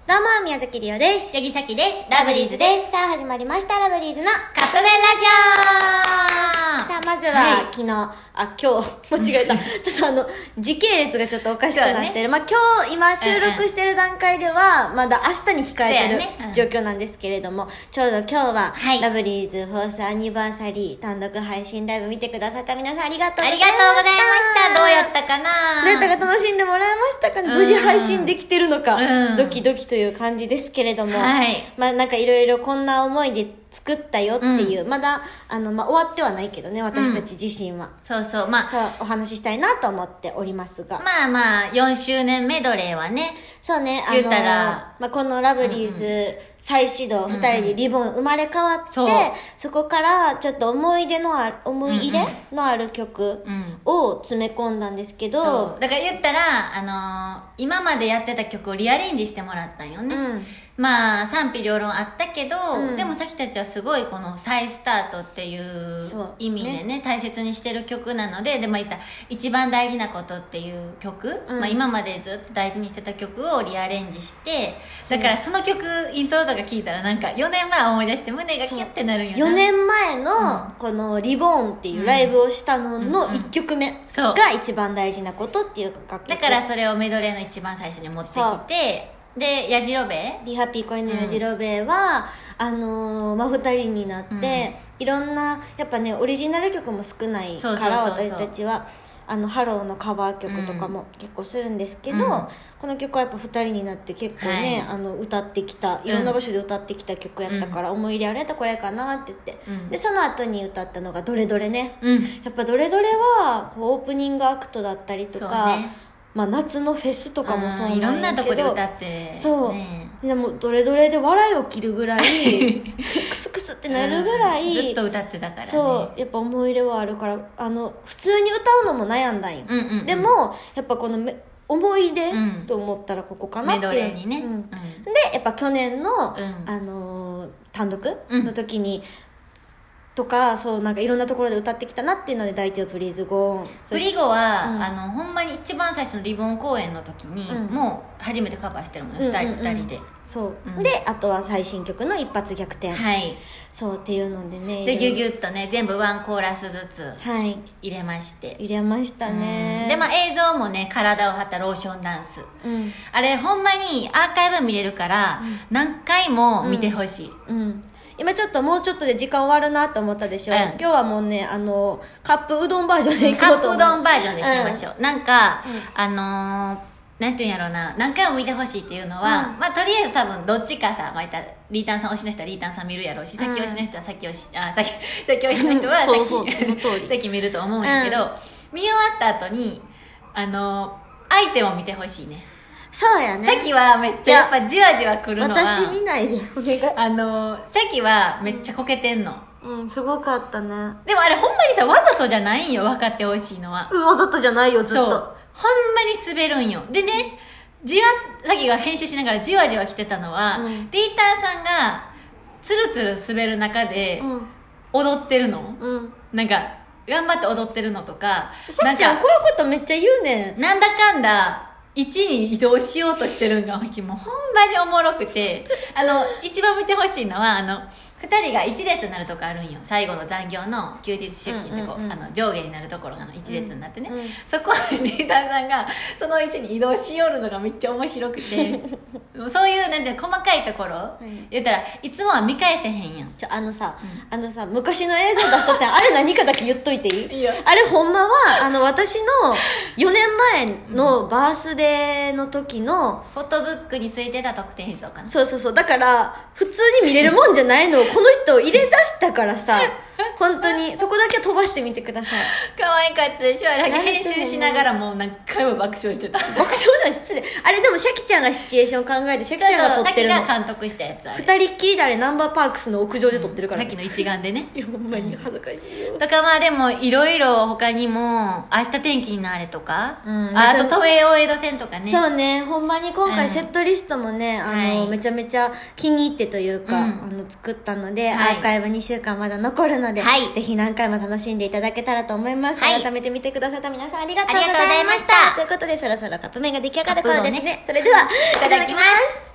どうも、宮崎りおです。 ヤギサキです。 ラブリーズです。さあ、始まりました、ラブリーズのカップ麺ラジオ。 さあ、まずは、昨日、今日、間違えた。ちょっと時系列がちょっとおかしくなってる。まあ、今日、今収録してる段階では、まだ明日に控えてる状況なんですけれども、ちょうど今日は、ラブリーズフォースアニバーサリー単独配信ライブ見てくださった皆さんありがとうございました。 ありがとうございました。どうやったかな。 どうやったか楽しんでもらえましたかね。無事配信できてるのか、ドキドキという感じですけれども、まあなんかいろいろこんな思いで作ったよっていう、まだ終わってはないけどね、私たち自身は、 そうそう、 お話ししたいなと思っておりますが、 4周年メドレーはね、 そうね、 言ったらこのラブリーズ再始動、2人でリボン生まれ変わって、そこからちょっと思い入れのある曲を詰め込んだんですけど、 だから言ったら今までやってた曲をリアレンジしてもらったんよね、賛否両論あったけど、でもさきたちはすごいこの再スタートっていう意味でね、大切にしてる曲なので、言ったら一番大事なことっていう曲、今までずっと大事にしてた曲をリアレンジして、だからその曲イントロとか聞いたらなんか4年前思い出して胸がキュッてなるんよな。 4年前のこのリボーンっていうライブをしたのの1曲目が一番大事なことっていう楽曲だからそれをメドレーの一番最初に持ってきて、でやじろべえリハピー恋のやじろべえは、2人になって、いろんなやっぱねオリジナル曲も少ないから私たちはハローのカバー曲とかも結構するんですけど、この曲はやっぱ2人になって結構ね、歌ってきた、いろんな場所で歌ってきた曲やったから、思い入れあれやったらこれかなって言って、でその後に歌ったのがどれどれね、やっぱどれどれはこうオープニングアクトだったりとか、夏のフェスとかもそうなんやけど、 いろんなとこで歌って、 そうでもどれどれで笑いを切るぐらいクスクスってなるぐらい、 ずっと歌ってたからね。 そうやっぱ思い入れはあるから、普通に歌うのも悩んだんよ、でもやっぱこの思い出と思ったらここかなっていう、 メドレーにね、 でやっぱ去年の、単独の時に、とかそうなんかいろんなところで歌ってきたなっていうので、抱いてよプリーズゴーン。 プリゴは、ほんまに一番最初のリボン公演の時に、もう初めてカバーしてるもんね、2人で。 そう、であとは最新曲の一発逆転、そうっていうのでね、 でギュギュッとね全部ワンコーラスずつ入れまして、 入れましたね、 で映像もね、体を張ったローションダンス、あれほんまにアーカイブ見れるから、何回も見てほしい。 今ちょっともうちょっとで時間終わるなと思ったでしょ、今日はもうねカップうどんバージョンでいこうと思う。 カップうどんバージョンでいきましょう、なんかなんていうんやろうな、何回も見てほしいっていうのは、とりあえず多分どっちかさ、リータンさん推しの人はリータンさん見るやろうし、さっき推しの人はさっき推し推しの人はさっき見ると思うんやけど、見終わった後に相手も見てほしいね。 そうやね。 さっきはめっちゃやっぱじわじわくるのは、 私見ないでお願い。 さっきはめっちゃこけてんの。 すごかったね。 でもあれほんまにさ、わざとじゃないんよ、分かってほしいのは。 わざとじゃないよ、ずっと。 そう。ほんまに滑るんよ。でね、さっきが編集しながらじわじわ来てたのは、リーターさんがつるつる滑る中で踊ってるの、なんか頑張って踊ってるのとか、 さきちゃんこういうことめっちゃ言うねん。 なんだかんだ1に移動しようとしてるんがもうほんまにおもろくて、一番見てほしいのは2人が一列になるとこあるんよ。最後の残業の休日出勤って上下になるところが一列になってね、そこリーダーさんがその位置に移動しよるのがめっちゃ面白くてそういうなんていう細かいところ、言ったらいつもは見返せへんやん。 さ昔の映像出しとってあれ何かだけ言っといていい？あれほんまは私の4年前のバースデーの時のフォトブックについてた特典映像かな。 そうだから普通に見れるもんじゃないのをこの人入れ出したからさ本当にそこだけ飛ばしてみてください。 可愛かったでしょ。あれ編集しながらもう何回も爆笑してた。 爆笑じゃん、失礼。あれでもシャキちゃんがシチュエーション考えてシャキちゃんが撮ってるの。 シャキが監督したやつ。 二人っきりであれナンバーパークスの屋上で撮ってるから、 さっきの一眼でね。 ほんまに恥ずかしいよ。 だからでもいろいろ他にも明日天気になれとか、あと東映大江戸線とかね。 そうね、ほんまに今回セットリストもね、めちゃめちゃ気に入ってというか、作ったので、アーカイブ2週間まだ残るので、ぜひ何回も楽しんでいただけたらと思います。改めて見てくださった皆さんありがとうございました。ということでそろそろカップ麺が出来上がる頃ですね。それではいただきます。